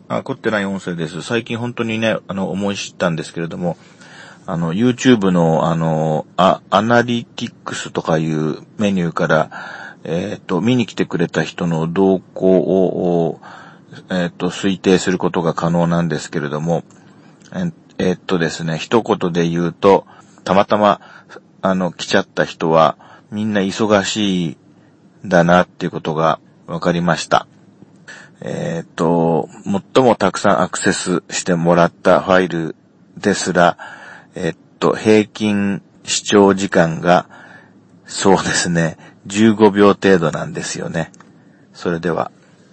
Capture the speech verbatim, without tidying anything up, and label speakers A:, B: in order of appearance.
A: あ、凝ってない音声です。最近本当にね、あの、思い知ったんですけれども、あの、YouTube の、あの、あ、アナリティクスとかいうメニューから、えっと、見に来てくれた人の動向を、えっと、推定することが可能なんですけれども、え、えっとですね、一言で言うと、たまたま、あの、来ちゃった人は、みんな忙しいんだなっていうことが分かりました。えっと、最もたくさんアクセスしてもらったファイルですら、えっと、平均視聴時間が、そうですね、じゅうごびょう程度なんですよね。それでは。